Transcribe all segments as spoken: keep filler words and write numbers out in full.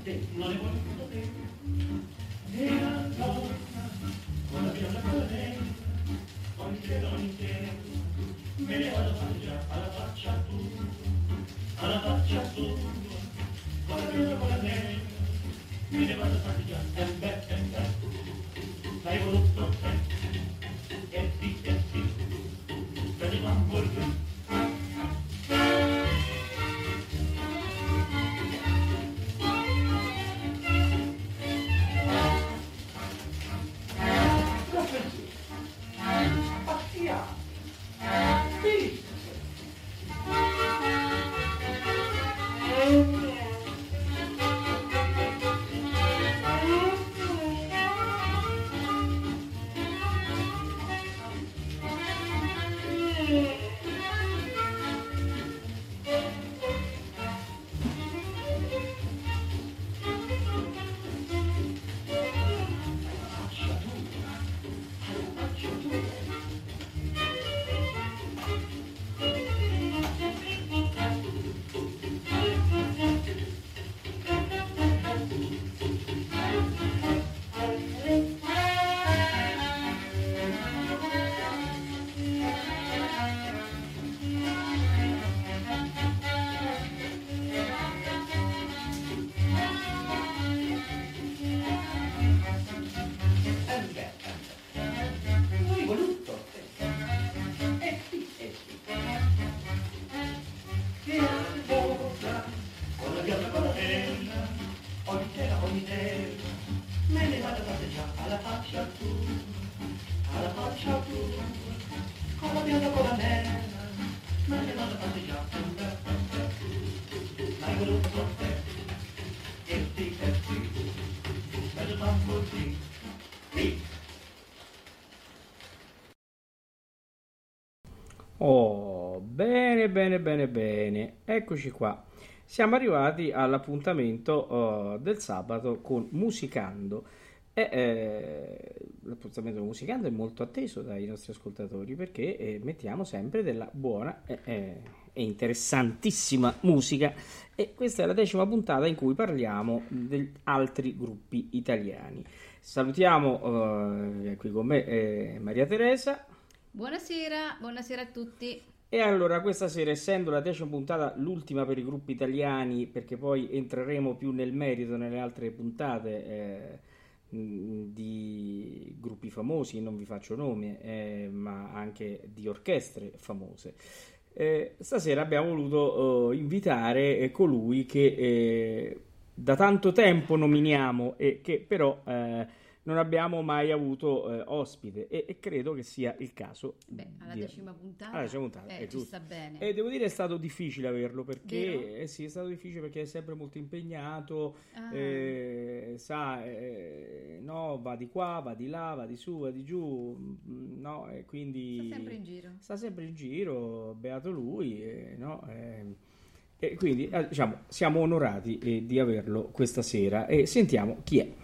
te, non ne vuole più da te. E allora, con la viola con la te, ogni sera, ogni sera, me ne vado a mangiare alla faccia tua, alla faccia tua, con la viola con la te, me ne vado a mangiare, e beh, e beh, l'hai voluto te, e sì, e sì, per il hamburger. Oh, bene, bene, bene, bene. Eccoci qua. Siamo arrivati all'appuntamento eh, del sabato con Musicando. E, eh, l'appuntamento con Musicando è molto atteso dai nostri ascoltatori perché eh, mettiamo sempre della buona e eh, e interessantissima musica. E questa è la decima puntata in cui parliamo di altri gruppi italiani. Salutiamo eh, qui con me eh, Maria Teresa. Buonasera, buonasera a tutti. E allora questa sera, essendo la decima puntata, l'ultima per i gruppi italiani, perché poi entreremo più nel merito nelle altre puntate eh, mh, di gruppi famosi, non vi faccio nomi, eh, ma anche di orchestre famose. Eh, stasera abbiamo voluto eh, invitare eh, colui che eh, da tanto tempo nominiamo e che però eh, non abbiamo mai avuto eh, ospite e, e credo che sia il caso. Beh, alla di... decima puntata, alla decima puntata eh, è ci giusto. sta bene. E devo dire è stato difficile averlo perché eh, Vero? sì, è stato difficile perché è sempre molto impegnato, Ah, eh, sa, eh, no, va di qua, va di là, va di su, va di giù, mm, no, e quindi sta sempre in giro. sta sempre in giro, beato lui, eh, no, eh, e quindi eh, diciamo siamo onorati eh, di averlo questa sera e sentiamo chi è.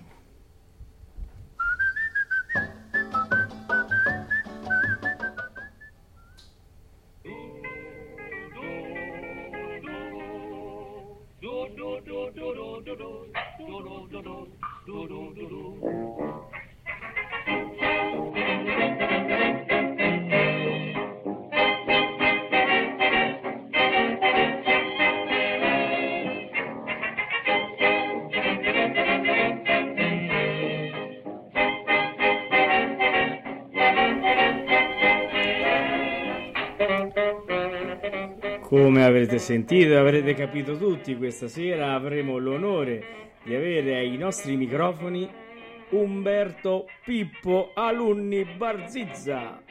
Come avrete sentito e avrete capito tutti, questa sera avremo l'onore di avere ai nostri microfoni Umberto Pippo Alunni Barzizza.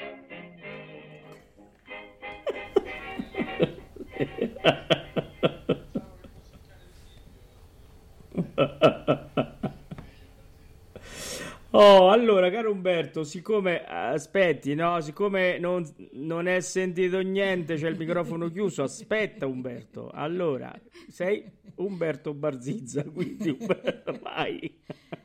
Oh, allora, caro Umberto, siccome aspetti, no? Siccome non, non è sentito niente, c'è il microfono chiuso, aspetta Umberto. Allora, sei Umberto Barzizza, quindi Umberto, vai.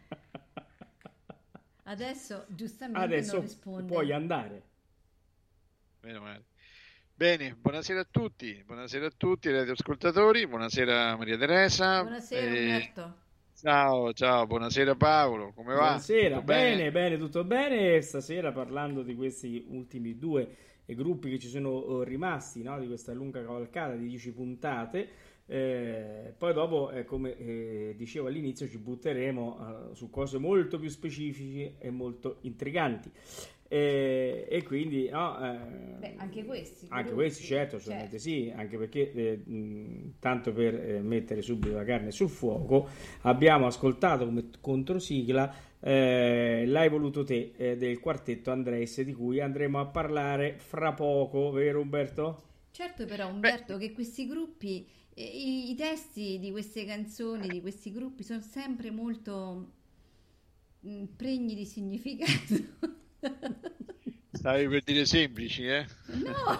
Adesso giustamente Adesso non risponde. puoi andare. Meno male. Bene, buonasera a tutti, buonasera a tutti, radioascoltatori, buonasera Maria Teresa. Buonasera Eh, Umberto. Ciao, ciao, buonasera Paolo, come va? Buonasera, Tutto bene? bene, bene, tutto bene. Stasera parlando di questi ultimi due eh, gruppi che ci sono eh, rimasti, no? Di questa lunga cavalcata di dieci puntate. Eh, poi dopo, eh, come eh, dicevo all'inizio, ci butteremo eh, su cose molto più specifiche e molto intriganti. Eh, e quindi, no, Beh, eh, anche questi anche gruppi, questi, certo, assolutamente certo. sì, anche perché, eh, mh, tanto per eh, mettere subito la carne sul fuoco, abbiamo ascoltato come controsigla eh, L'hai voluto te eh, del quartetto Andres, di cui andremo a parlare fra poco, vero Umberto? Certo, però Beh, Umberto, che questi gruppi, eh, i, i testi di queste canzoni, di questi gruppi sono sempre molto mm, pregni di significato. stavi per dire semplici, eh? No!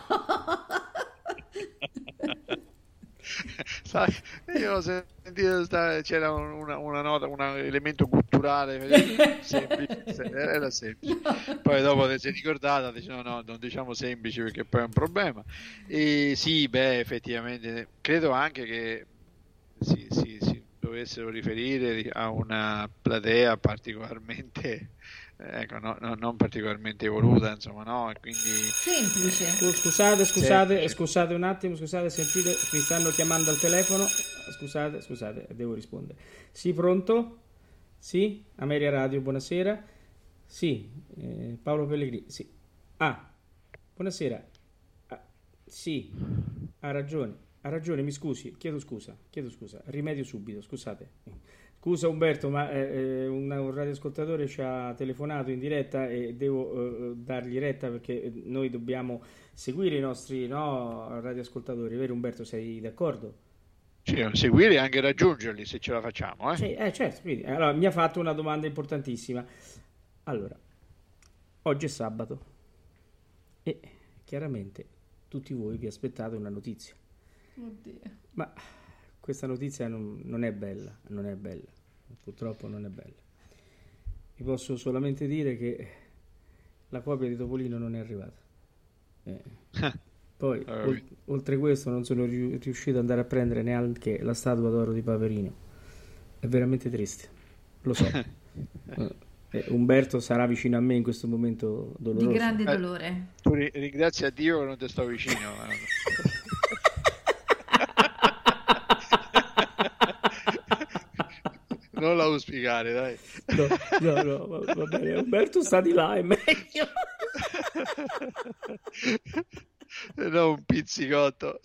Sai, io ho sentito, sta- c'era un- una, una nota, un elemento culturale semplice, se- era semplice. Poi dopo ti sei ricordata, dici no, no, non diciamo semplici perché poi è un problema. E sì, beh, effettivamente, credo anche che si, si, si dovessero riferire a una platea particolarmente, eh, ecco, no- no- non particolarmente evoluta, insomma, no? E quindi Semplice. Scu- eh, Scusate, scusate, semplice. scusate un attimo, scusate, sentite, mi stanno chiamando al telefono. Scusate, scusate, devo rispondere. Sì, pronto? Sì, Ameria Radio, buonasera. Sì, eh, Paolo Pellegrini, sì. Ah, buonasera. Ah, sì, ha ragione, ha ragione, mi scusi, chiedo scusa, chiedo scusa, rimedio subito, scusate. Scusa Umberto, ma eh, eh, un, un radioascoltatore ci ha telefonato in diretta e devo eh, dargli retta perché noi dobbiamo seguire i nostri, no, radioascoltatori, vero Umberto, sei d'accordo? Sì, seguire e anche raggiungerli se ce la facciamo, eh? Sì, eh, certo, quindi, allora, mi ha fatto una domanda importantissima. Allora, oggi è sabato e chiaramente tutti voi vi aspettate una notizia, Oddio. ma questa notizia non, non è bella, non è bella, purtroppo non è bella. Vi posso solamente dire che la copia di Topolino non è arrivata. Eh, Poi, ol- Ho oltre questo, non sono riu- riuscito ad andare a prendere neanche la statua d'oro di Paperino. È veramente triste, lo so. Eh, eh, Umberto sarà vicino a me in questo momento Di doloroso. grande Eh, dolore. tu ri- ringrazia Dio che non ti sto vicino. Non la auspicare, dai. No, no, no, va, va bene. Umberto sta di là, è meglio. No, un pizzicotto.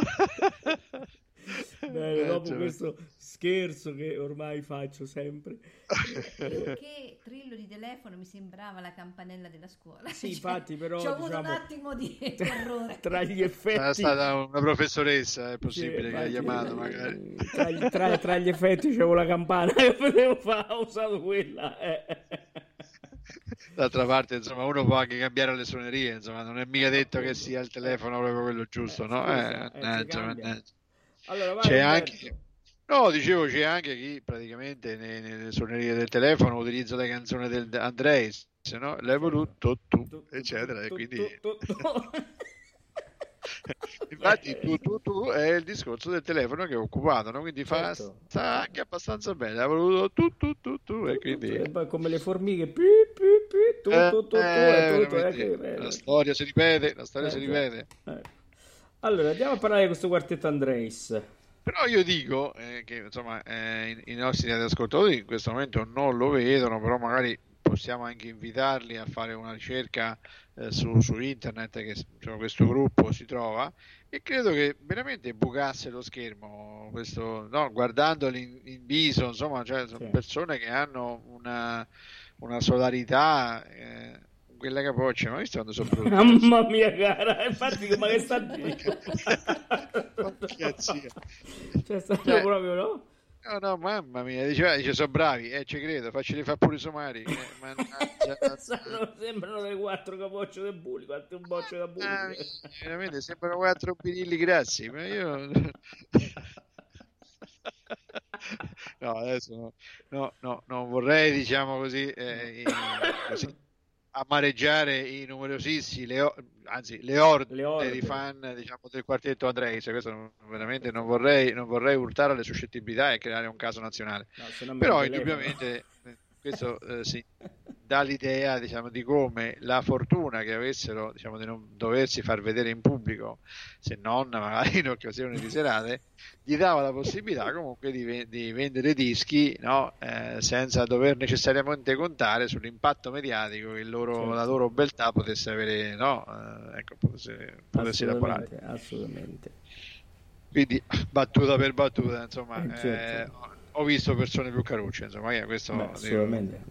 Bene, dopo Mannaggia me. questo scherzo che ormai faccio sempre. Più eh, che trillo di telefono mi sembrava la campanella della scuola. sì, Cioè, infatti, però ci ho avuto un diciamo attimo di terrore. tra gli Sarà effetti, stata una professoressa, è sì, possibile che ha infatti, chiamato magari. eh, tra, gli tra- tra gli effetti c'avevo la campana che potevo fare, ho usato quella. eh. D'altra parte, insomma, uno può anche cambiare le suonerie, insomma, non è mica detto che Appunto, sia il eh, telefono proprio quello eh, giusto, no? Eh, scusa, eh, si mannaggia, cambia. mannaggia. Allora, vai C'è anche, Umberto. no, dicevo, c'è anche chi praticamente ne- nelle suonerie del telefono utilizza le canzoni del Andreis, no? L'hai Certo. voluto tu, Tu, tu, tu, eccetera, e tu, quindi tu, tu, tu. infatti tu, Bene. tu, tu è il discorso del telefono che è occupato, no? Quindi fa, Certo. sta anche abbastanza bene, l'hai voluto tu, tu, tu, tu, e Tu, tu, tu, quindi... e poi come le formiche, pi, pi, pi, tu, Eh, tu, tu, tu, e eh, tutto, eh, veramente, che bello. la storia si ripete, la storia si Eh, già. ripete. Eh. Allora, andiamo a parlare di questo quartetto Andreis. Però io dico eh, che insomma eh, i, i nostri ascoltatori in questo momento non lo vedono, però magari possiamo anche invitarli a fare una ricerca eh, su, su internet che insomma, questo gruppo si trova e credo che veramente bucasse lo schermo, questo, no, guardandoli in, in viso, insomma, cioè, sono Sì. persone che hanno una, una solarità, eh, quella capoccia, ma visto quando sono brutti adesso? Mamma mia cara, infatti ma che sta a dire? Porca zia. Cioè, stanno Cioè, proprio, no? no, no, mamma mia, diceva, dice, sono bravi, eh, ci credo, facceli fare pure i somari. Eh, mannaggia, Stanno- sembrano le quattro capocce del bulli, quante un boccio da bulli. ah, veramente sembrano quattro birilli grassi, ma io... No, adesso no, no, no, non vorrei, diciamo così, eh, in- così amareggiare i numerosissimi, le, o- anzi le orde, Le orde. di fan, diciamo, del quartetto Andreis. Questo non- veramente non vorrei, non vorrei urtare le suscettibilità e creare un caso nazionale. No, se no me Però lo telefono. indubbiamente eh, questo eh, sì, dà l'idea, diciamo, di come la fortuna che avessero, diciamo, di non doversi far vedere in pubblico, se non magari in occasioni di serate, gli dava la possibilità comunque di, ve- di vendere dischi, no? Eh, senza dover necessariamente contare sull'impatto mediatico che il loro- Certo. la loro beltà potesse avere, no? Eh, ecco, potesse, potesse elaborare. Assolutamente, assolutamente. Quindi battuta per battuta, insomma, Eh, certo. eh, ho- ho visto persone più carucce, insomma, io questo Beh, dico- assolutamente.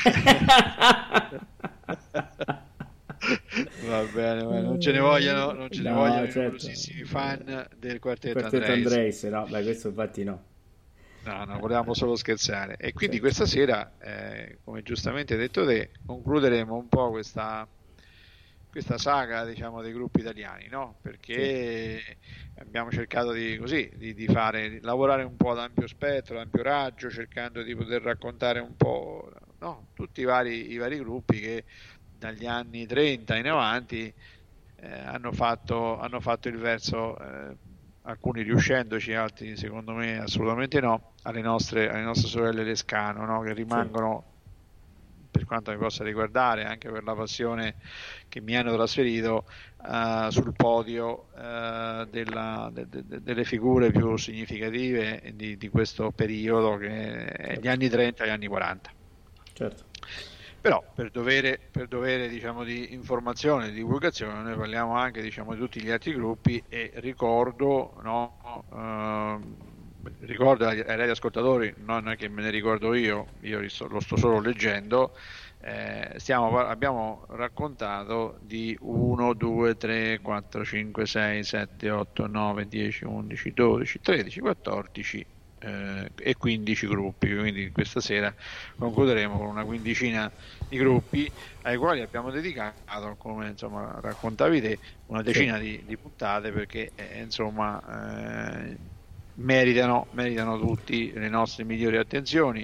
Va bene, va bene, non ce ne vogliono, non ce ne No, vogliono i certo. numerosissimi fan del quartetto Quartetto Andreis. Andreis, no, beh, questo infatti no. No, no, volevamo solo scherzare. E quindi Certo. questa sera, eh, come giustamente hai detto te, concluderemo un po' questa, questa saga, diciamo, dei gruppi italiani, no? Perché abbiamo cercato di, così, di, di fare, di lavorare un po' ad ampio spettro, ad ampio raggio, cercando di poter raccontare un po', no? Tutti i vari, i vari gruppi che dagli anni trenta in avanti eh, hanno fatto, hanno fatto il verso, eh, alcuni riuscendoci, altri secondo me assolutamente no, alle nostre, alle nostre sorelle Lescano, no? Che rimangono, per quanto mi possa riguardare, anche per la passione che mi hanno trasferito, eh, sul podio eh, della- de- de- delle figure più significative di, di questo periodo, che è gli anni trenta e gli anni quaranta. Certo. Però per dovere, per dovere diciamo, di informazione e di divulgazione noi parliamo anche, diciamo, di tutti gli altri gruppi, e ricordo, no, ehm, ricordo ai ai radioascoltatori, non è che me ne ricordo io, io li sto- lo sto solo leggendo, eh, stiamo, abbiamo raccontato di uno, due, tre, quattro, cinque, sei, sette, otto, nove, dieci, undici, dodici, tredici, quattordici eh, e quindici gruppi. Quindi questa sera concluderemo con una quindicina di gruppi ai quali abbiamo dedicato, come insomma raccontavi te, una decina di, di puntate, perché eh, insomma eh, meritano, meritano tutti le nostre migliori attenzioni.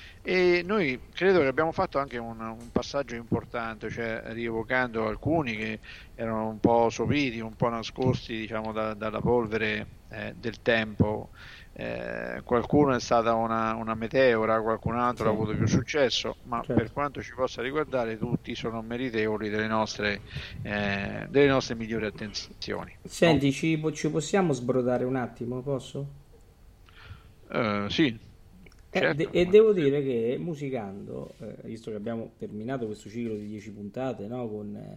E noi credo che abbiamo fatto anche un, un passaggio importante, cioè rievocando alcuni che erano un po' sopiti, un po' nascosti, diciamo, da- dalla polvere eh, del tempo. Eh, qualcuno è stata una, una meteora, qualcun altro Sì. ha avuto più successo, ma Certo. per quanto ci possa riguardare tutti sono meritevoli delle nostre, eh, delle nostre migliori attenzioni. Senti, ci, po- ci possiamo sbrodare un attimo, posso? Eh, sì, Eh, certo. de- e devo dire che musicando, eh, visto che abbiamo terminato questo ciclo di dieci puntate, no, con eh,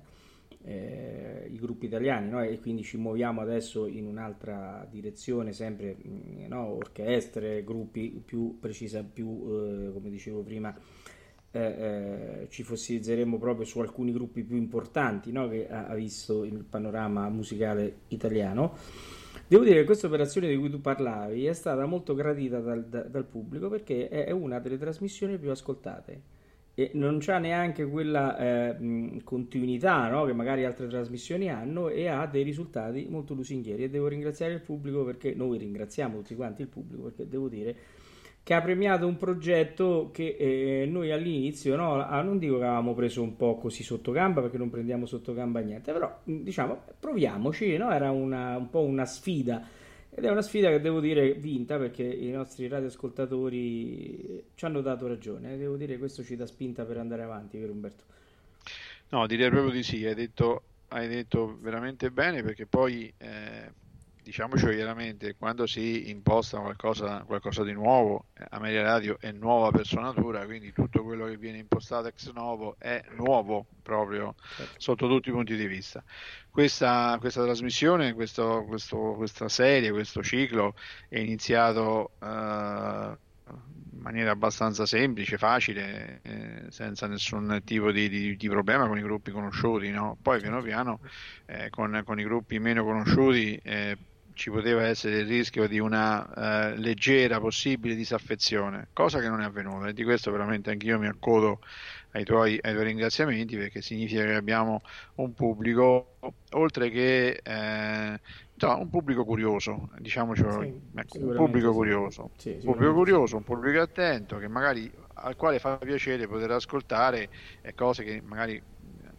eh, i gruppi italiani, no, e quindi ci muoviamo adesso in un'altra direzione, sempre mh, no, orchestre, gruppi più precisa, più eh, come dicevo prima, eh, eh, ci fossilizzeremo proprio su alcuni gruppi più importanti, no, che ha, ha visto il panorama musicale italiano. Devo dire che questa operazione di cui tu parlavi è stata molto gradita dal, da- dal pubblico, perché è è una delle trasmissioni più ascoltate e non c'ha neanche quella eh, mh, continuità, no, che magari altre trasmissioni hanno, e ha dei risultati molto lusinghieri, e devo ringraziare il pubblico, perché noi ringraziamo tutti quanti il pubblico, perché devo dire che ha premiato un progetto che eh, noi all'inizio, no, ah, non dico che avevamo preso un po' così sotto gamba, perché non prendiamo sotto gamba niente, però mh, diciamo proviamoci, no? Era una, un po' una sfida, ed è una sfida che devo dire vinta, perché i nostri radioascoltatori ci hanno dato ragione, e devo dire che questo ci dà spinta per andare avanti, vero Umberto? No, direi proprio di sì, hai detto, hai detto veramente bene, perché poi, eh, diciamoci chiaramente, quando si imposta qualcosa, qualcosa di nuovo, eh, Ameria Radio è nuova per sua natura, quindi tutto quello che viene impostato ex novo è nuovo proprio Certo. sotto tutti i punti di vista. Questa, questa trasmissione, questo, questo- questa serie, questo ciclo è iniziato eh, in maniera abbastanza semplice, facile, eh, senza nessun tipo di, di- di problema con i gruppi conosciuti, no? Poi piano piano eh, con, con i gruppi meno conosciuti eh, ci poteva essere il rischio di una eh, leggera possibile disaffezione, cosa che non è avvenuta, e di questo veramente anch'io mi accodo ai tuoi, ai tuoi ringraziamenti, perché significa che abbiamo un pubblico, oltre che eh, insomma, un pubblico curioso, diciamoci, Sì, ecco, un sicuramente pubblico sì. curioso, Sì, un pubblico sicuramente sì. curioso, un pubblico attento, che magari al quale fa piacere poter ascoltare eh, cose che magari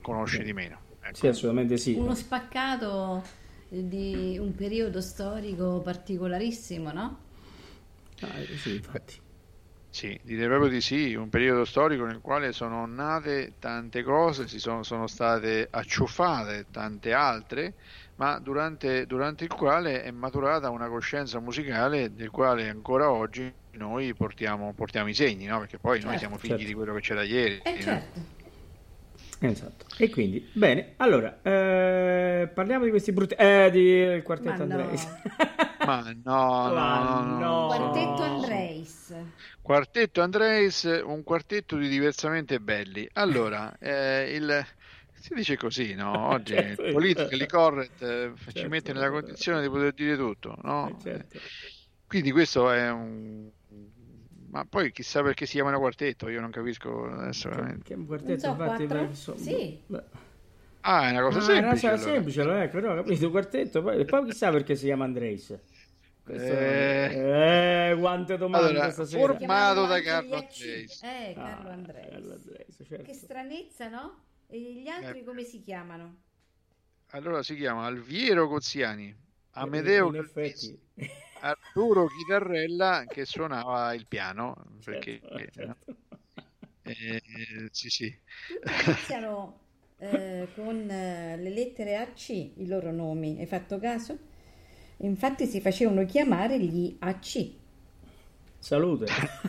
conosce Sì. di meno. Ecco. Sì, assolutamente sì. Uno spaccato di un periodo storico particolarissimo, no? Ah, eh, sì, infatti. Sì, direi proprio di sì, un periodo storico nel quale sono nate tante cose, si sono, sono state acciuffate tante altre, ma durante, durante il quale è maturata una coscienza musicale del quale ancora oggi noi portiamo, portiamo i segni, no? Perché poi noi siamo Certo. figli Certo. di quello che c'era ieri, Eh no? certo. Esatto. E quindi, bene, allora, eh, parliamo di questi brutti... Eh, di il Ma quartetto no. Andreis. Ma no, no, Ma no, no, no, Quartetto sono- Andreis. Quartetto Andreis, un quartetto di diversamente belli. Allora, eh, il, si dice così, no? Oggi il Certo, politically eh, correct eh, ci certo, mette nella condizione di poter dire tutto, eh, no? Eh, certo. quindi questo è un... Ma poi chissà perché si chiamano quartetto, io non capisco adesso Che, veramente. che un Non quartetto, so, infatti, quattro? beh, insomma, Sì. beh. Ah, è una cosa Ah, è una semplice cosa allora. semplice, allora, ecco, no, ho capito, quartetto, poi, e poi chissà perché si chiama Andreis. Questo, Eh, eh, quante domande allora, stasera. Si chiamavano formato da anche Carlo gli A C. Andreis. Eh, Carlo Ah, Carlo Andreis. Andreis, certo. Che stranezza, no? E gli altri Eh, come si chiamano? allora si chiama Alviero Coziani, Eh, Amedeo in Calvisi, effetti, Arturo Chitarrella che suonava il piano, perché certo, eh, certo. eh, sì, sì. Tutti iniziano eh, con eh, le lettere A C, i loro nomi. Hai fatto caso? Infatti si facevano chiamare gli A C. Salute.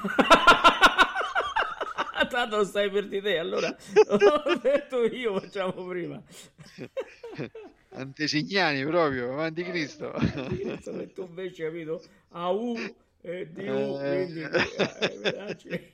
Tanto lo stai per di te, allora l'ho detto io, facciamo prima. Antesignani proprio, avanti Cristo. Avanti Cristo, che tu invece capito A U e D U, Eh, quindi eh, vederci.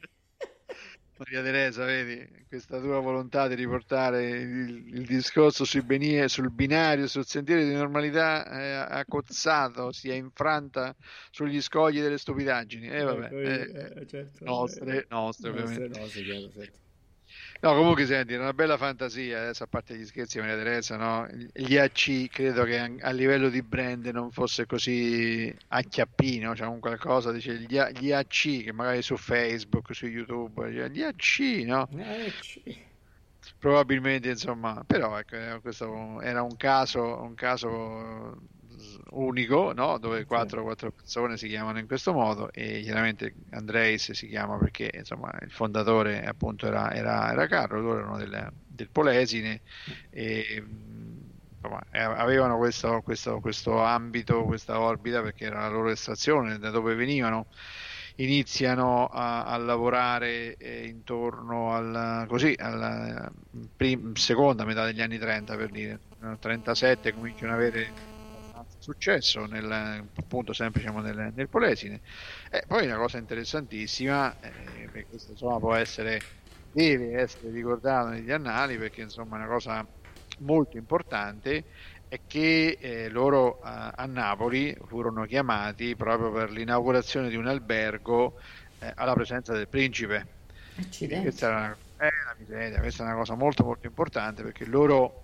Maria Teresa, vedi, questa tua volontà di riportare il, il discorso sui beni- sul binario, sul sentiero di normalità eh, ha cozzato, si è infranta sugli scogli delle stupidaggini. E vabbè, Ecco, eh, eh, certo, nostre, eh, nostre nostre, ovviamente. nostre, chiaro, certo. No, comunque senti, è una bella fantasia, adesso a parte gli scherzi, Maria Teresa, no? Gli A C credo che a a livello di brand non fosse così acchiappino, cioè un qualcosa, dice gli, A- gli A C che magari su Facebook, su YouTube, dice, gli A C, no? Eh, ci- Probabilmente, insomma, però ecco, eh, questo era un caso, un caso unico, no? Dove certo. quattro, quattro persone si chiamano in questo modo e chiaramente Andreis si chiama perché insomma il fondatore appunto era, era, era Carlo, loro erano del, del Polesine e mh, insomma, eh, avevano questo, questo, questo ambito, questa orbita perché era la loro estrazione, da dove venivano iniziano a, a lavorare eh, intorno al, così, alla prim- seconda metà degli anni trenta per dire, nel trentasette cominciano ad avere successo nel, appunto sempre diciamo, nel, nel Polesine e poi una cosa interessantissima eh, perché questo insomma può essere deve essere ricordato negli annali perché insomma è una cosa molto importante è che eh, loro a, a Napoli furono chiamati proprio per l'inaugurazione di un albergo eh, alla presenza del principe. Quindi questa Accidenti. era una, è una miseria, questa è una cosa molto molto importante perché loro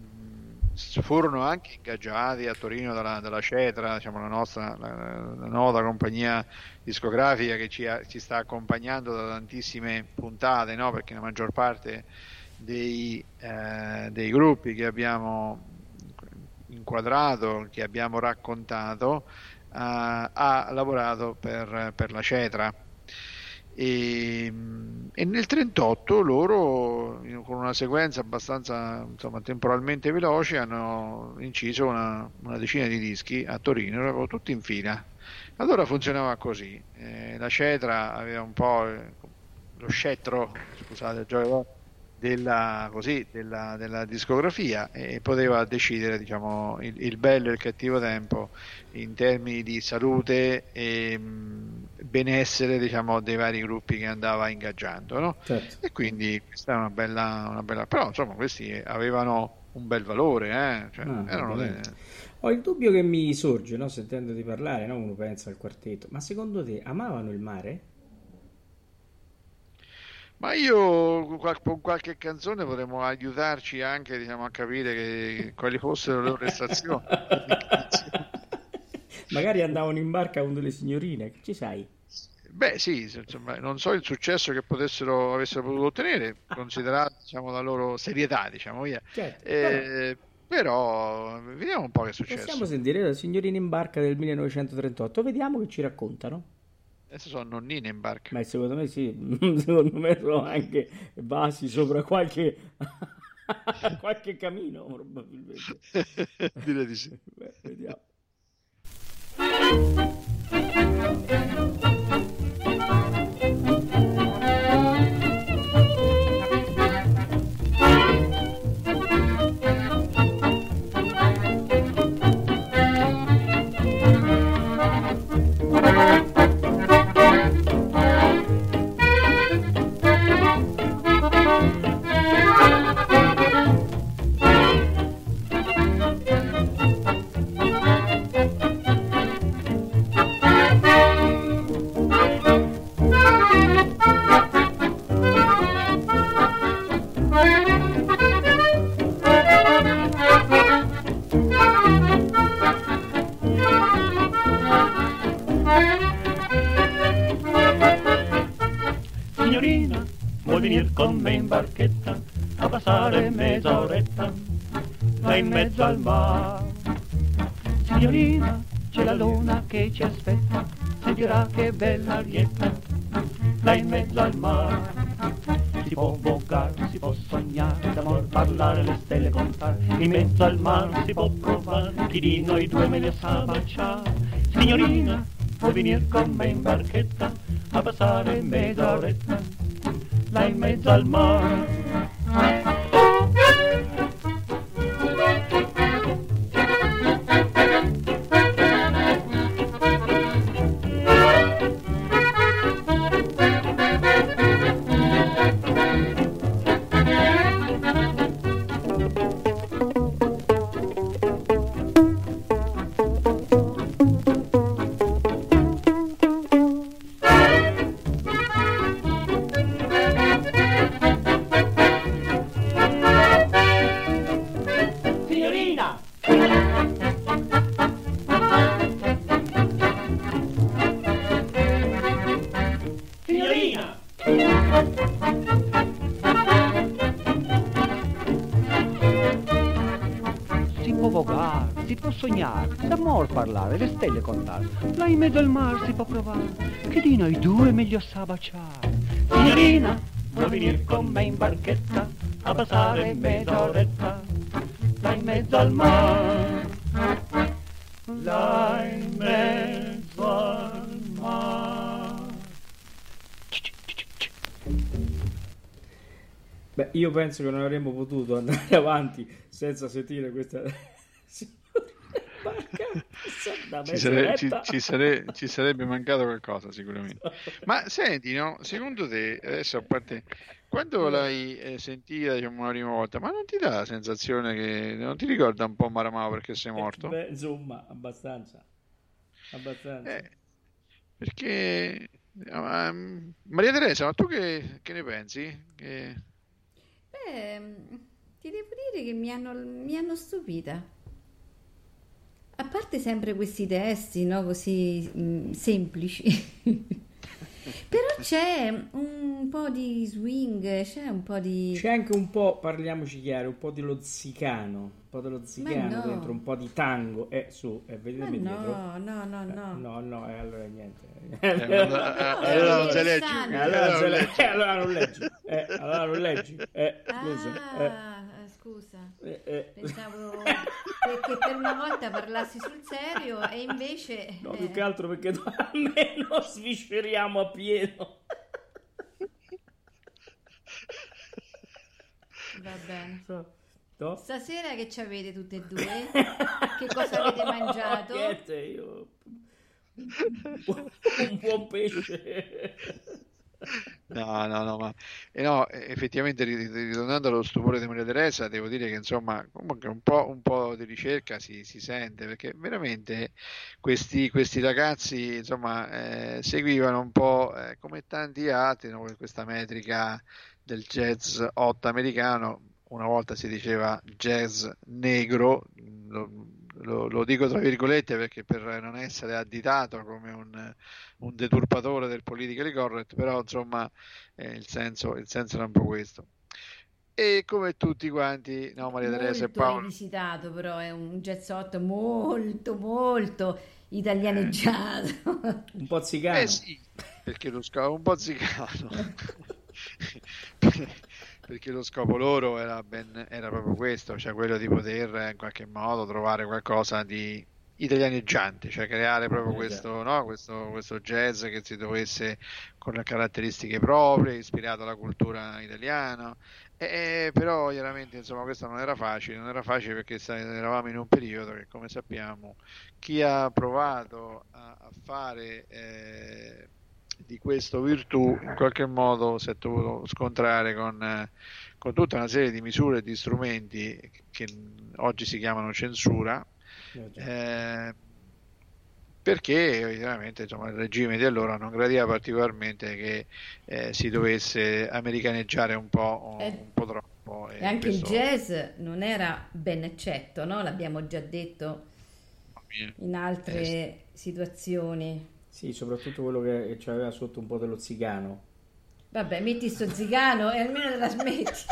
mh, furono anche ingaggiati a Torino dalla, dalla Cetra, diciamo la nostra la, la nota compagnia discografica che ci, ha- ci sta accompagnando da tantissime puntate, no? Perché la maggior parte dei, eh, dei gruppi che abbiamo inquadrato, che abbiamo raccontato, eh, ha lavorato per, per la Cetra. E, e nel trentotto loro, con una sequenza abbastanza insomma, temporalmente veloce, hanno inciso una, una decina di dischi a Torino, proprio tutti in fila. Allora funzionava così: eh, la Cetra aveva un po' eh, lo scettro, scusate, Gioia, della, così, della, della discografia e poteva decidere diciamo, il, il bello e il cattivo tempo in termini di salute e mh, benessere diciamo, dei vari gruppi che andava ingaggiando, no? Certo. E quindi questa è una bella, una bella... però insomma questi avevano un bel valore, eh? Cioè, Ah, erano de- ovviamente. Ho il dubbio che mi sorge, no, sentendoti parlare, no? Uno pensa al quartetto, ma secondo te amavano il mare? Ma io con qual- con qualche canzone potremmo aiutarci anche diciamo, a capire che, quali fossero le loro prestazioni. Magari andavano in barca con delle signorine, che ci sai? Beh, sì, insomma, non so il successo che potessero avessero potuto ottenere, considerata, diciamo, la loro serietà, diciamo via. Certo, però Eh, però vediamo un po' che è possiamo successo. sentire la signorina in barca del millenovecentotrentotto, vediamo che ci raccontano. Adesso sono nonnine in barca. Ma secondo me sì, secondo me sono anche basi sopra qualche, qualche camino, probabilmente. Direi di sì. Beh, vediamo. Signorina, vuoi venir con me in barchetta a passare mezza oretta là in mezzo al mare? Signorina, c'è la luna che ci aspetta, sentirà che bella arietta là in mezzo al mare. Si può vogare, si può sognare, d'amor parlare, le stelle contare, in mezzo al mare si può provare, chi di noi due meglio sa baciare. Signorina, vuoi venir con me in barchetta a passare mezz'oretta là in mezzo al mare? Signorina! Signorina! Si può vogare, si può sognare, d'amor parlare, le stelle contare, là in mezzo al mar si può provare, che di noi due meglio sa baciare. Signorina, vuoi venir con me in barchetta a passare mezz'oretta là in mezzo al mare? Là in mezzo al mare. Beh, io penso che non avremmo potuto andare avanti senza sentire questa signorina in barca da Ci, sare- ci- mezz'oretta. ci sare- ci sarebbe mancato qualcosa sicuramente. Ma senti, no? Secondo te, adesso a parte, quando l'hai eh, sentita diciamo, una prima volta, ma non ti dà la sensazione che non ti ricorda un po' Maramao perché sei morto? Beh, insomma, abbastanza, abbastanza. Eh, perché ehm, Maria Teresa, ma tu che, che ne pensi? Che... Beh, mm, ti devo dire che mi hanno, mi hanno stupita. A parte sempre questi testi, no, così mm, semplici. Però c'è un po' di swing, c'è un po' di... C'è anche un po', parliamoci chiaro, un po' dello zicano, un po' dello zicano no. dentro, un po' di tango. Eh, su, eh, Ma vedetemi dietro. no, no, no, Eh, no. no, no, e allora niente. Eh, allora, no, eh, allora non è sei leggi, interessante. Eh, eh, allora, allora se non le- leggi. eh, allora non leggi. Eh, allora non leggi. Eh, scusa. Eh, Ah, eh, scusa. eh, eh. Pensavo che per una volta parlassi sul serio e invece... No, eh, più che altro perché almeno svisceriamo a pieno. Va bene. No? Stasera che ci avete tutte e due? Che cosa avete mangiato? Niente, io... un buon- un buon pesce. No, no, no, ma eh no, eh, effettivamente ri- ri- ritornando allo stupore di Maria Teresa, devo dire che insomma comunque un po', un po' di ricerca si, si sente perché veramente questi, questi ragazzi insomma eh, seguivano un po' eh, come tanti altri, no, questa metrica del jazz hot americano. Una volta si diceva jazz negro, lo- lo, lo dico tra virgolette perché per non essere additato come un, un deturpatore del politically correct, però insomma eh, il senso, il senso era un po' questo. E come tutti quanti, no, Maria Teresa e Molto Paolo, rivisitato, però è un jazzotto molto, molto italianeggiato. Un po' zigano. eh sì, perché lo scopo un po' zicano, perché lo scopo loro era, ben, era proprio questo, cioè quello di poter in qualche modo trovare qualcosa di italianeggiante, cioè creare proprio Eh, questo, no, questo, questo jazz che si dovesse con le caratteristiche proprie, ispirato alla cultura italiana. Eh, però chiaramente insomma questo non era facile, non era facile perché sa- eravamo in un periodo che come sappiamo chi ha provato a, a fare eh, di questo virtù in qualche modo si è dovuto scontrare con, eh, con tutta una serie di misure e di strumenti che oggi si chiamano censura, eh, già. eh, perché chiaramente insomma, il regime di allora non gradiva particolarmente che eh, si dovesse americaneggiare un po', E, un po' troppo. e E anche il questo jazz non era ben accetto, no? L'abbiamo già detto in eh, altre situazioni. Sì, soprattutto quello che che aveva sotto un po' dello zigano. Vabbè, metti sto zigano e almeno la smetti.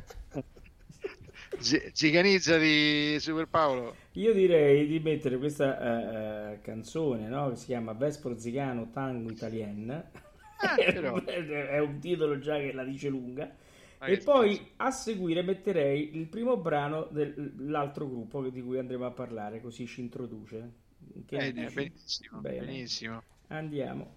zi- ziganizzati Super Paolo. Io direi di mettere questa eh, eh, canzone, no, che si chiama Vespro Zigano Tango Italien. Eh, però È un titolo già che la dice lunga. ma E che poi scherzo. a seguire metterei il primo brano dell'altro gruppo di cui andremo a parlare, così ci introduce. Che ne Bene, dici? benissimo, Bene, benissimo. andiamo.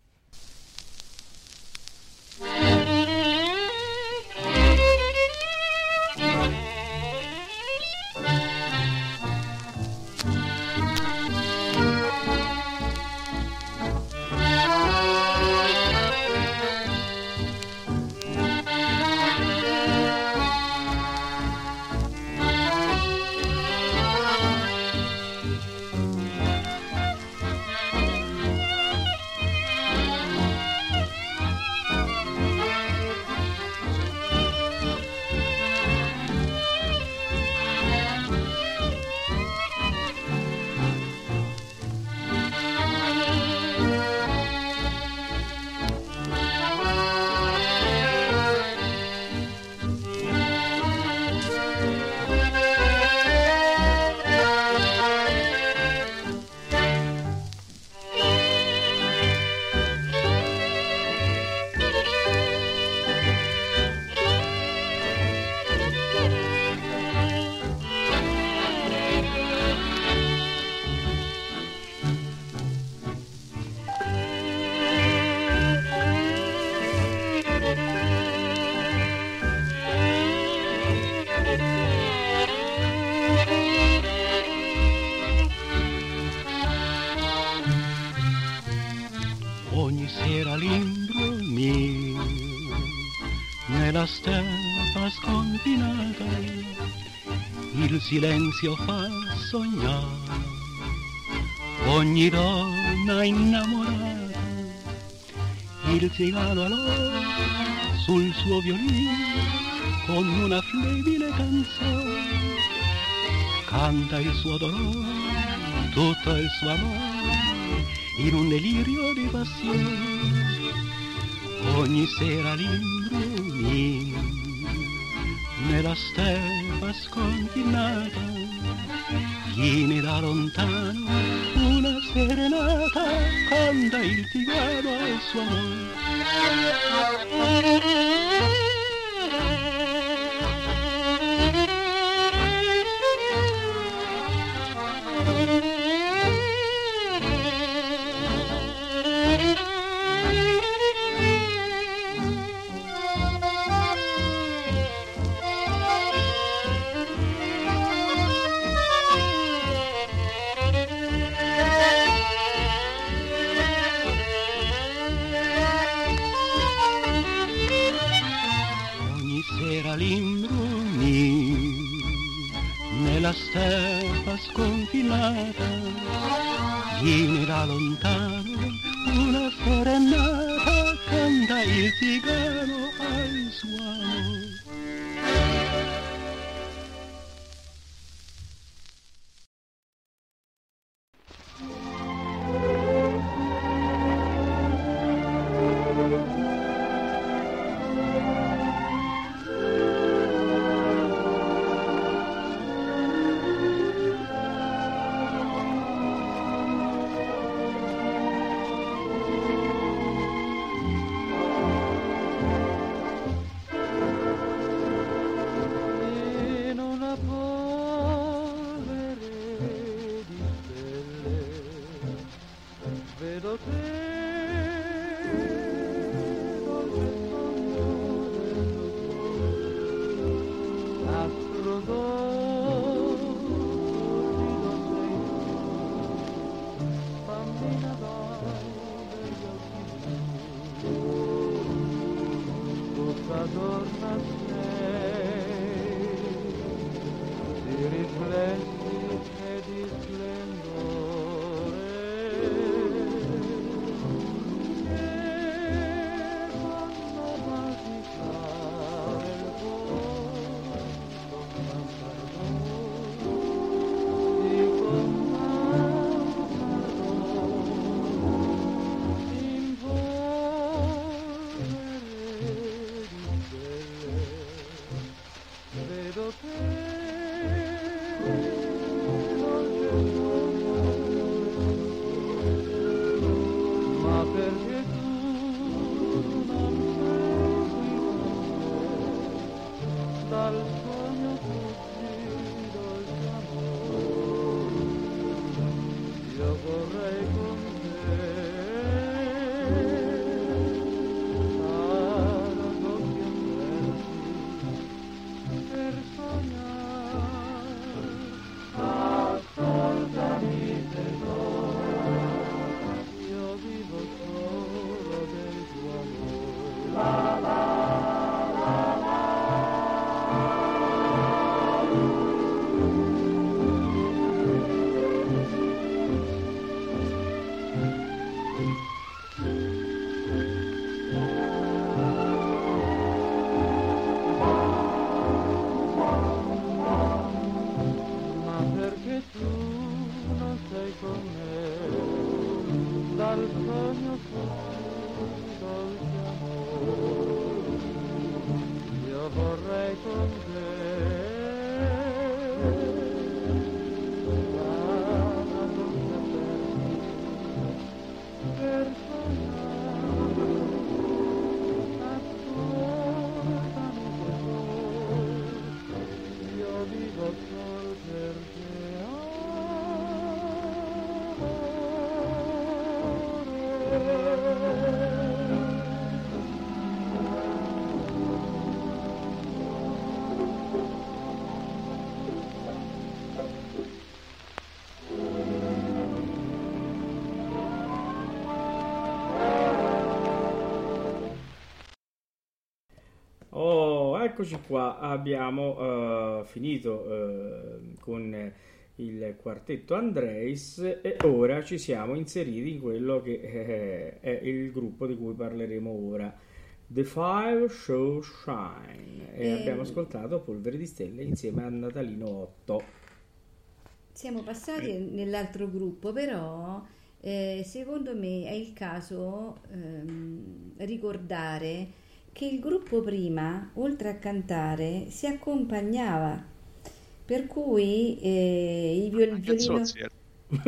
Ogni sera l'inbro mio nella steppa sconfinata il silenzio fa sognare ogni donna innamorata. Il cigano allora sul suo violino con una flebile canzone canta il suo dolore, tutto il suo amore in un delirio di passione. Ogni sera l'imbrunì nella steppa sconfinata viene da lontano una serenata, canta il cigano al suo Ogni sera l'imbrunì nella steppa sconfinata viene da lontano una serenata, canta il cigano al suo amor. credo che dolce sogno, ma perché tu non sei qui con me, dal sogno fuggi, dolce amore, io vorrei con te stare ad occhi aperti per sognare. Ascoltami tesoro, io vivo solo del tuo amore. La la ma perché tu non sei con me, dal sogno fuggi, dolce amore, io vorrei con te stare ad occhi aperti per sognare. Ascoltami tesoro, io vivo solo per te, Oh, eccoci qua, abbiamo eh, finito eh, con il quartetto Andreis e ora ci siamo inseriti in quello che eh, è il gruppo di cui parleremo ora, The Five Show Shine, e Ehm. abbiamo ascoltato Polvere di Stelle insieme a Natalino otto. Siamo passati nell'altro gruppo, però eh, secondo me è il caso ehm, ricordare che il gruppo prima, oltre a cantare, si accompagnava, per cui eh, i viol- Anche il violino... Sozzi, eh.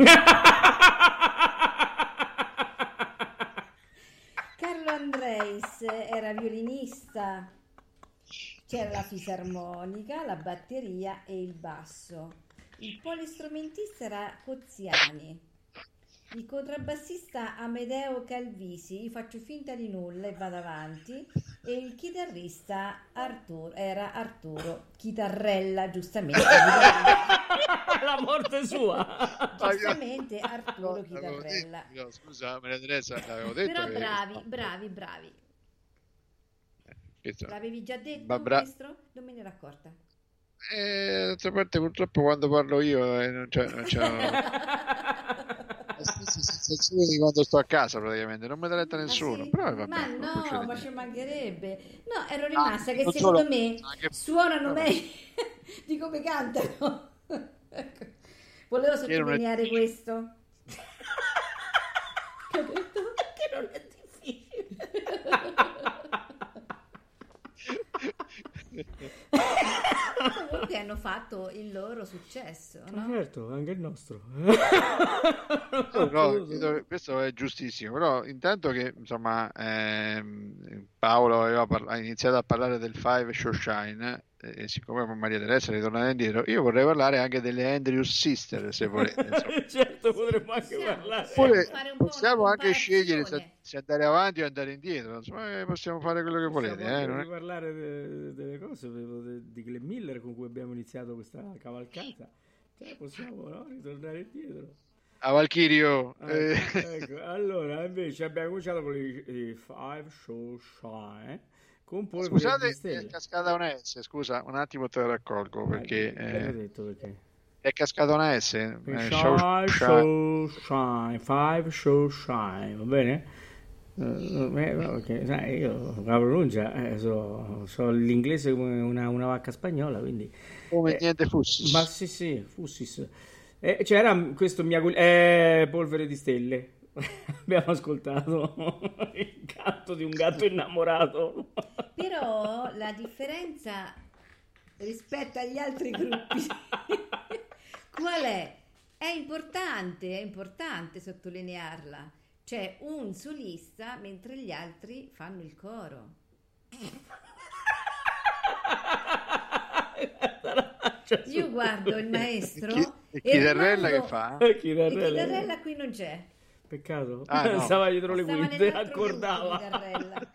Carlo Andreis era violinista, c'era la fisarmonica, la batteria e il basso. Il polistrumentista era Coziani, il contrabbassista Amedeo Calvisi, faccio finta di nulla e vado avanti, e il chitarrista Arturo, era Arturo Chitarrella, giustamente. La morte sua. Giustamente No, Arturo l'avevo Chitarrella. detto, no, scusa Maria Teresa, l'avevo detto Però che- bravi, bravi, bravi. Questo- L'avevi già detto, Ma bra- maestro? Non me ne ero accorta. Eh, d'altra parte purtroppo quando parlo io eh, non c'è, non c'è la stessa sensazione di quando sto a casa praticamente, non me l'ha letta Ah, nessuno, sì? però vabbè, Ma non no, succede ma niente. ci mancherebbe. No, ero rimasta che non secondo solo- me anche- suonano vabbè. meglio di come cantano. Ecco. Volevo sottolineare Che questo. Che ho detto? Che non è difficile. Comunque hanno fatto il loro successo, no? Certo, anche il nostro. No, no, credo- questo è giustissimo, però intanto che insomma ehm, Paolo aveva parla- ha iniziato a parlare del Five Show Shine eh, e siccome Maria Teresa è ritornata indietro, io vorrei parlare anche delle Andrews Sister, se volete, insomma. Certo, potremmo anche Possiamo. parlare. Oppure fare un po' possiamo una anche scegliere se, comparazione. se andare avanti o andare indietro, insomma, eh, possiamo fare quello che volete, Possiamo eh, anche non è- parlare de- delle cose de- de- di Glenn Miller con cui abbiamo iniziato questa cavalcata. Cioè, possiamo, no, ritornare indietro. a Valchirio eh, Ecco, ecco. Allora, invece abbiamo cominciato con i, i Five Show Shine con Polvere di scusate, è Stelle. cascata una S, scusa, un attimo te la raccolgo perché Eh, l'ho eh, detto perché. è cascata una S, eh, Five show- show, show- Shine, Five Show Shine, va bene? Eh, eh, perché, sai, io la pronuncia eh, so, so l'inglese come una, una vacca spagnola, quindi come eh, niente fosse. ma sì, sì, Fussis. Eh, c'era questo mia eh, Polvere di Stelle. Abbiamo ascoltato il canto di un gatto innamorato. Però la differenza rispetto agli altri gruppi. Qual è? È importante, è importante sottolinearla. C'è un solista mentre gli altri fanno il coro. Io guardo il maestro E chi- e e chitarrella rimango- che fa? Eh, E chitarrella. chitarrella qui non c'è. Peccato. Ah, no. Stava dietro le Stava quinte, nell'altro accordava. gruppo, chitarrella.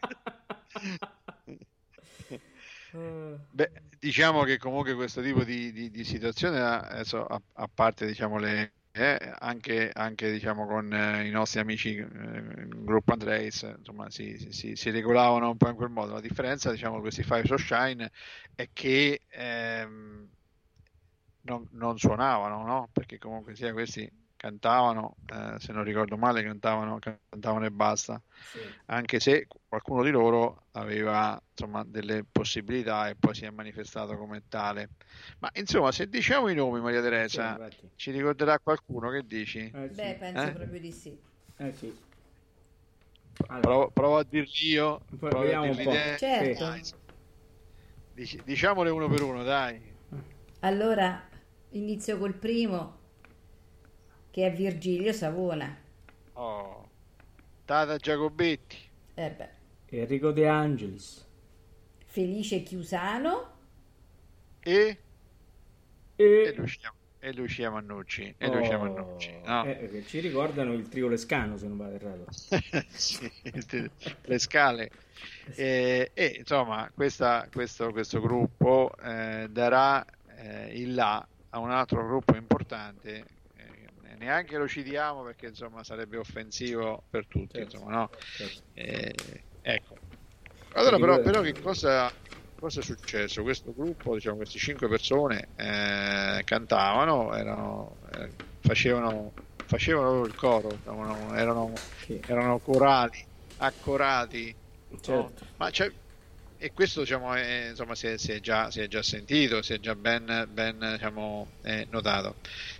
Eh, Beh, diciamo che comunque questo tipo di, di- di situazione, adesso, a, a parte diciamo le eh, anche, anche diciamo con eh, i nostri amici, eh, il gruppo Andreis, insomma, si, si- si- si regolavano un po' in quel modo. La differenza, diciamo, di questi Five So Shine è che ehm, non, non suonavano, no? Perché comunque sia questi cantavano, eh, se non ricordo male, cantavano, cantavano e basta. Sì. Anche se qualcuno di loro aveva insomma delle possibilità e poi si è manifestato come tale. Ma insomma, se diciamo i nomi, Maria sì, Teresa, infatti. ci ricorderà qualcuno, che dici? Eh, sì. Beh, penso Eh? proprio di sì. Eh, sì. Allora, Provo, provo a dirli io, poi provo a vediamo un dirli po'. te. Certo. Dai, dici- diciamole uno per uno, dai. Allora, inizio col primo, che è Virgilio Savona. Oh, Tata Giacobetti. Eh beh, Enrico De Angelis. Felice Chiusano. E, E... e Lucia, e Lucia Mannucci. E Lucia Mannucci, no? Eh, che ci ricordano il trio Lescano, se non vado errato. Sì, le scale. E, e, insomma, questa- questo, questo gruppo eh, darà eh, il là a un altro gruppo importante. eh, neanche lo citiamo perché insomma sarebbe offensivo per tutti, Certo. insomma, no? Certo. Eh, ecco. Allora, Quindi però, que- però che cosa, cosa è successo? Questo gruppo, diciamo, queste cinque persone eh, cantavano, erano, eh, facevano, facevano loro il coro, erano, erano, Sì. erano corali, accorati, no? Certo. Ma c'è- e questo diciamo, è- insomma, si è, si è già, si è già sentito, si è già ben, ben diciamo, eh, notato.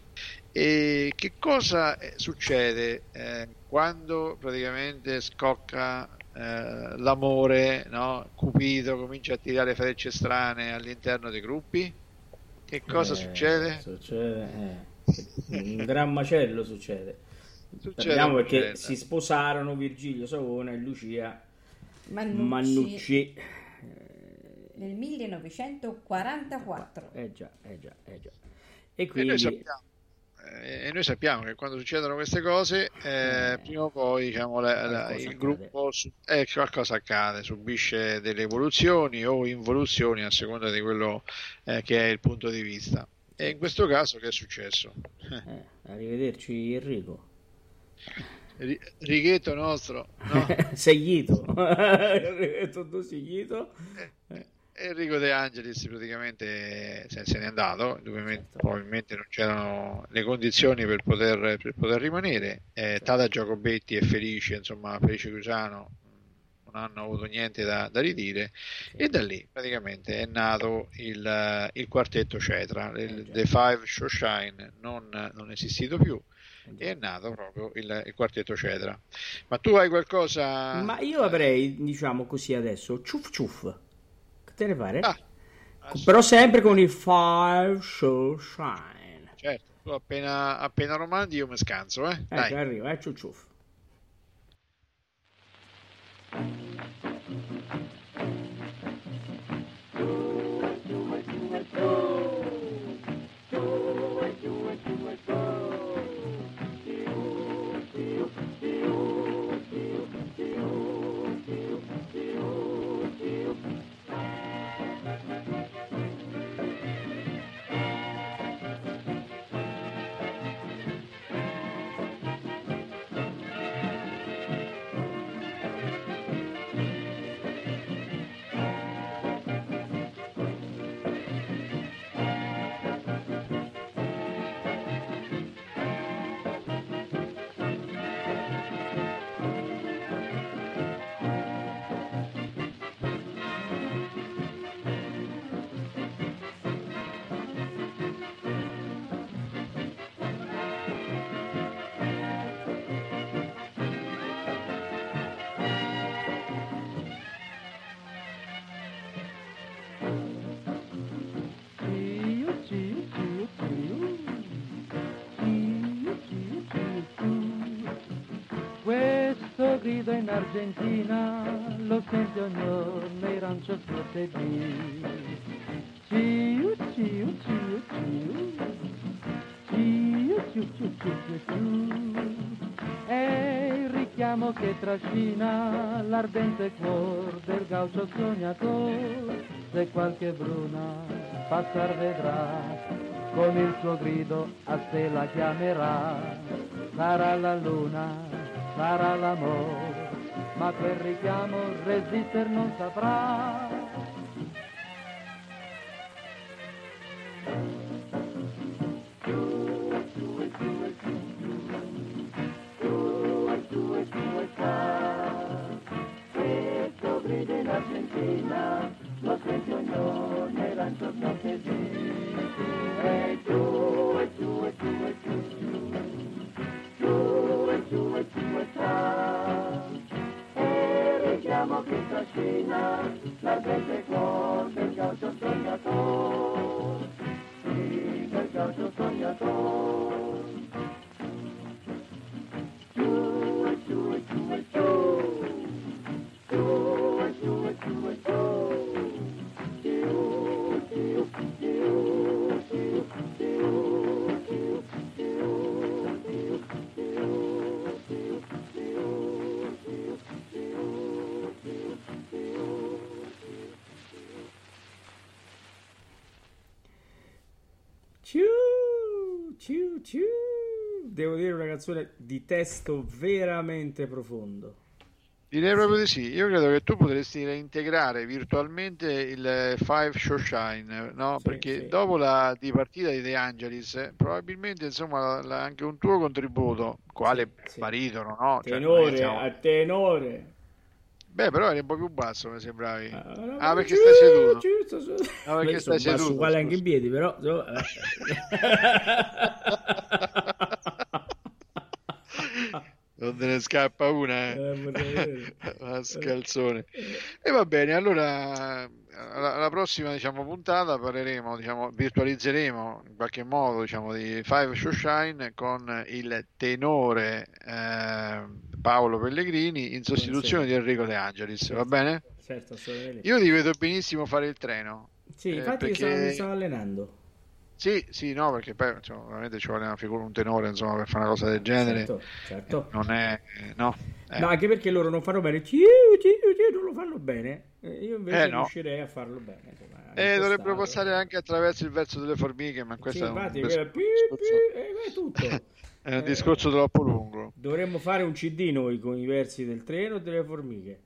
E che cosa eh, succede eh, quando praticamente scocca eh, l'amore, no? Cupido comincia a tirare frecce strane all'interno dei gruppi? Che cosa Eh, succede? Succede, eh, un gran macello succede. Succede Sappiamo un perché macello. si sposarono Virgilio Savona e Lucia Mannucci, Mannucci. nel millenovecentoquarantaquattro. Eh già, eh già, eh già. E E noi quindi sappiamo, eh, e noi sappiamo che quando succedono queste cose, eh, Eh, prima o poi diciamo, la- la- qualcosa il accade. gruppo su- eh, qualcosa accade, subisce delle evoluzioni o involuzioni a seconda di quello eh, che è il punto di vista. E in questo caso che è successo? eh, arrivederci Enrico. Ri- Righetto nostro, no? Seguito. Tutto seguito. Eh, Enrico De Angelis praticamente se, se n'è andato, ovviamente, Certo. probabilmente non c'erano le condizioni per poter, per poter rimanere. Eh, Tata Giacobetti e Felice, insomma, Felice Cruciano mh, non hanno avuto niente da, da ridire, e da lì praticamente è nato il, il quartetto Cetra, il, Eh, già. The Five So Shine non, non è esistito più. Eh, già. E è nato proprio il, il quartetto Cetra. Ma tu hai qualcosa? Ma io avrei, diciamo così adesso, ciuff ciuff. Che te ne pare? Ah, Però sempre con i Five So Shine. certo, tu appena, appena lo mandi io mi scanso, eh? Dai. Ecco, arriva, eh, ciuff ciuff. grido in Argentina, lo sente ognuno nei ranchos norteños. Ciu, ciu, ciu, ciu. Ciu, ciu, ciu, ciu, ciu, ciu. È il richiamo che trascina l'ardente cuor del gaucho sognatore. Se qualche bruna passar vedrà, con il suo grido a sé la chiamerà. Sarà la luna, sarà l'amore, ma quel richiamo resistere non saprà. Questo grido in Argentina lo sente ognuno nei ranchos norteños. E giù, e giù, e giù, e giù, giù, e giù, e giù, e tra. E il richiamo che trascina l'ardente cuor del gaucho sognatore. Sì, del gaucho sognatore. Giù, e giù, e giù, e giù. Giù, e giù, e giù, e giù. Giù, giù, giù, giù, giù, giù, giù, giù, Ciu, ciu, ciu. Devo dire una canzone di testo veramente profondo. Direi proprio di sì. Io credo che tu potresti reintegrare virtualmente il Five Show Shine, no? Sì, Perché sì. dopo la dipartita di De Angelis, eh, probabilmente insomma la- anche un tuo contributo, quale Sì, sì. baritono, no? Cioè, non è che Tenore, siamo- a tenore. Beh, però eri un po' più basso, mi sembravi. Ah, no, Ah, ma perché giù, stai seduto. giù, sto su- Ah, perché Beh, stai sono basso seduto, uguale anche scusa. in piedi, però insomma, eh. Non te ne scappa una, eh. Eh, vorrei vedere. La scalzone. E va bene, allora alla, alla prossima diciamo, puntata parleremo, diciamo, virtualizzeremo in qualche modo diciamo, di Five Show Shine con il tenore eh, Paolo Pellegrini in sostituzione di Enrico De Angelis, va bene? Certo, assolutamente. Io ti vedo benissimo fare il treno. Sì, eh, infatti io perché- stavo- mi stavo allenando. Sì, sì, no, perché poi insomma, veramente ci vuole una figura, un tenore insomma, per fare una cosa del genere. Certo, certo. Non è, eh, no. Eh. No, anche perché loro non fanno bene, ciu, ciu, ciu, non lo fanno bene. Eh, Io invece Eh, no. riuscirei a farlo bene. insomma, Eh, dovrebbero impostato. passare anche attraverso il verso delle formiche, ma Sì, questo è un, infatti, discorso, quella più, più, eh, è tutto. è un Eh, discorso troppo lungo. Dovremmo fare un C D noi con i versi del treno e delle formiche.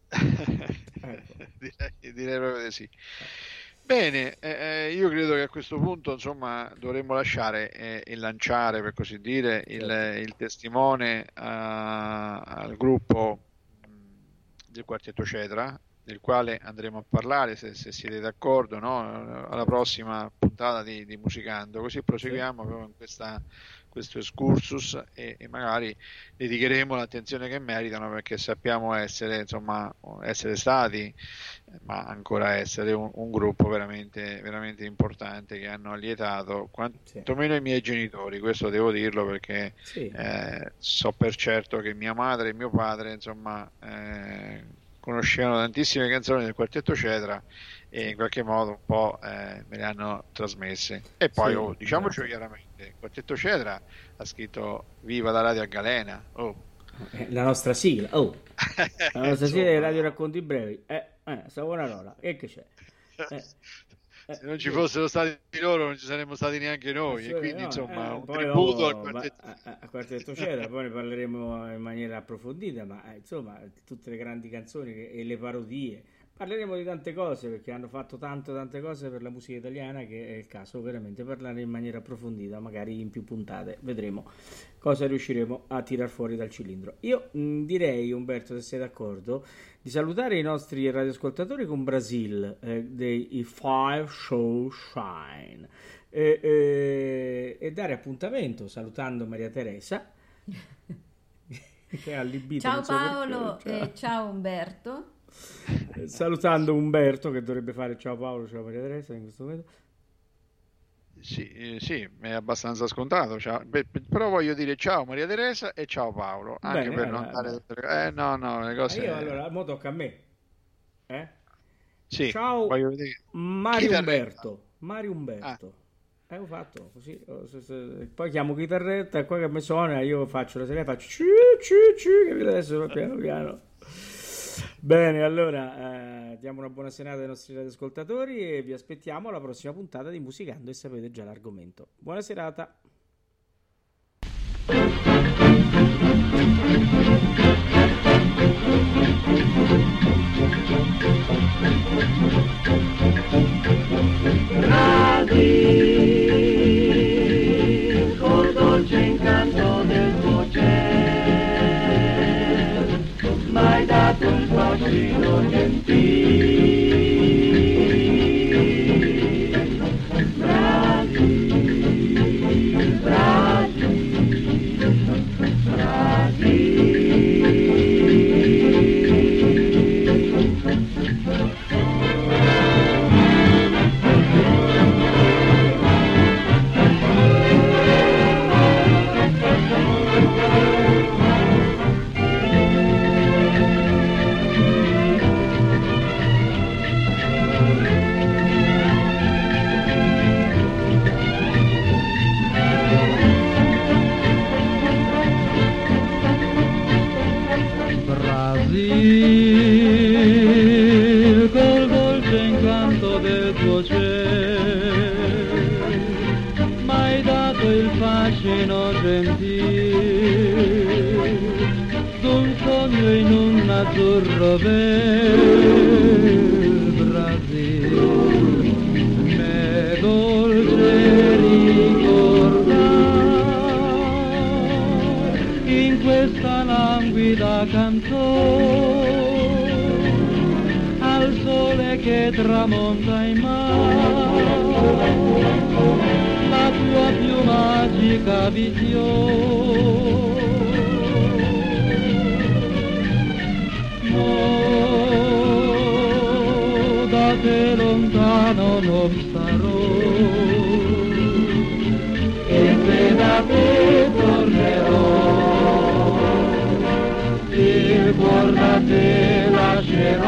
Ecco. direi, direi proprio di sì. Bene, eh, eh, io credo che a questo punto insomma dovremmo lasciare eh, e lanciare per così dire il, Certo. il testimone a- al gruppo mh, del Quartetto Cetra, del quale andremo a parlare se, se siete d'accordo, no? Alla prossima puntata di, di Musicando, così proseguiamo proprio in questa, questo excursus e, e magari dedicheremo l'attenzione che meritano perché sappiamo essere insomma essere stati ma ancora essere un, un gruppo veramente, veramente importante che hanno allietato quantomeno i miei genitori, questo devo dirlo perché Sì. eh, so per certo che mia madre e mio padre insomma eh, conoscevano tantissime canzoni del Quartetto Cetra e in qualche modo un po' eh, me le hanno trasmesse e poi Sì, oh, diciamoci esatto. chiaramente il Quartetto Cetra ha scritto Viva la radio a Galena, oh. Eh, La nostra sigla, oh, la nostra sigla Insomma, di Radio Racconti Brevi, eh, eh, Savonarola, e che c'è? Eh, se non ci eh, fossero stati loro non ci saremmo stati neanche noi e Assolutamente quindi no, insomma eh, un poi tributo al dopo, Quartetto. ma- a- a Quartetto Cetra, poi ne parleremo in maniera approfondita, ma eh, insomma tutte le grandi canzoni che- e le parodie, parleremo di tante cose perché hanno fatto tanto tante cose per la musica italiana che è il caso veramente parlare in maniera approfondita, magari in più puntate, vedremo cosa riusciremo a tirar fuori dal cilindro. Io mh, direi, Umberto, se sei d'accordo, di salutare i nostri radioascoltatori con Brasil eh, dei i Five Show Shine e, e- e dare appuntamento salutando Maria Teresa che ha allibito, Ciao non so Paolo perché. Ciao. e ciao Umberto. Salutando Umberto che dovrebbe fare ciao Paolo, ciao Maria Teresa in questo momento. Sì, eh, sì, è abbastanza scontato. Ciao. Beh, però voglio dire ciao Maria Teresa e ciao Paolo, anche Bene, per non allora, dare beh. tutte le... Eh no, no, le Ah, cose... io allora, mo tocca a me. Eh? Sì, Ciao voglio vedere Mario chitarretta. Umberto. Mario Ah, Umberto. Eh, ho fatto così. oh, se- se- Poi chiamo chitarretta e qua che mi suona io faccio la serie, faccio ci ci ci, capito? Adesso piano piano. Bene, allora eh, diamo una buona serata ai nostri radioascoltatori e vi aspettiamo alla prossima puntata di Musicando e sapete già l'argomento. Buona serata. Brasil, col dolce incanto del tuo cielo, m'hai dato il fascino gentile. Brasil, Brasil, Brasil. Brasil, col dolce incanto del tuo cielo, m'hai dato il fascino gentile d'un sogno in un azzurro bel. Brasil, m'è dolce ricordare in questa languida canzone al sole che tramonta in mare la tua più magica visione. No, da te lontano non starò e se da te tornerò il cuor da te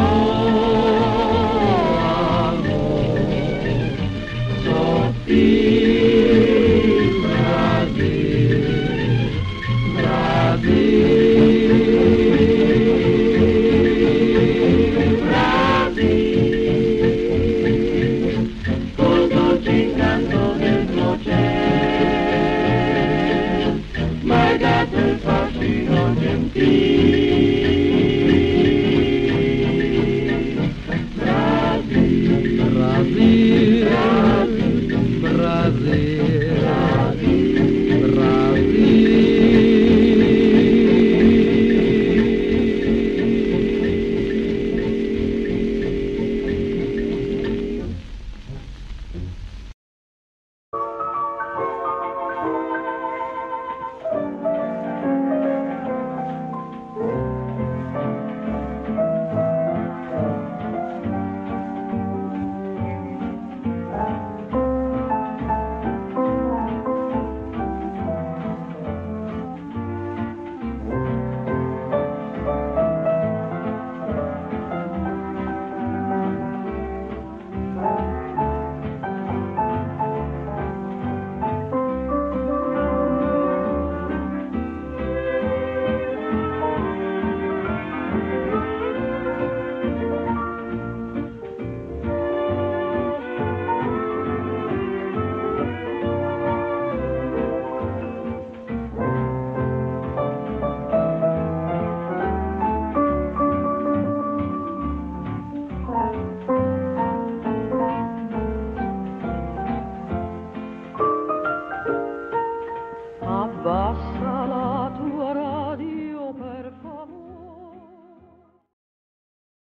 lascerò, amor sottile.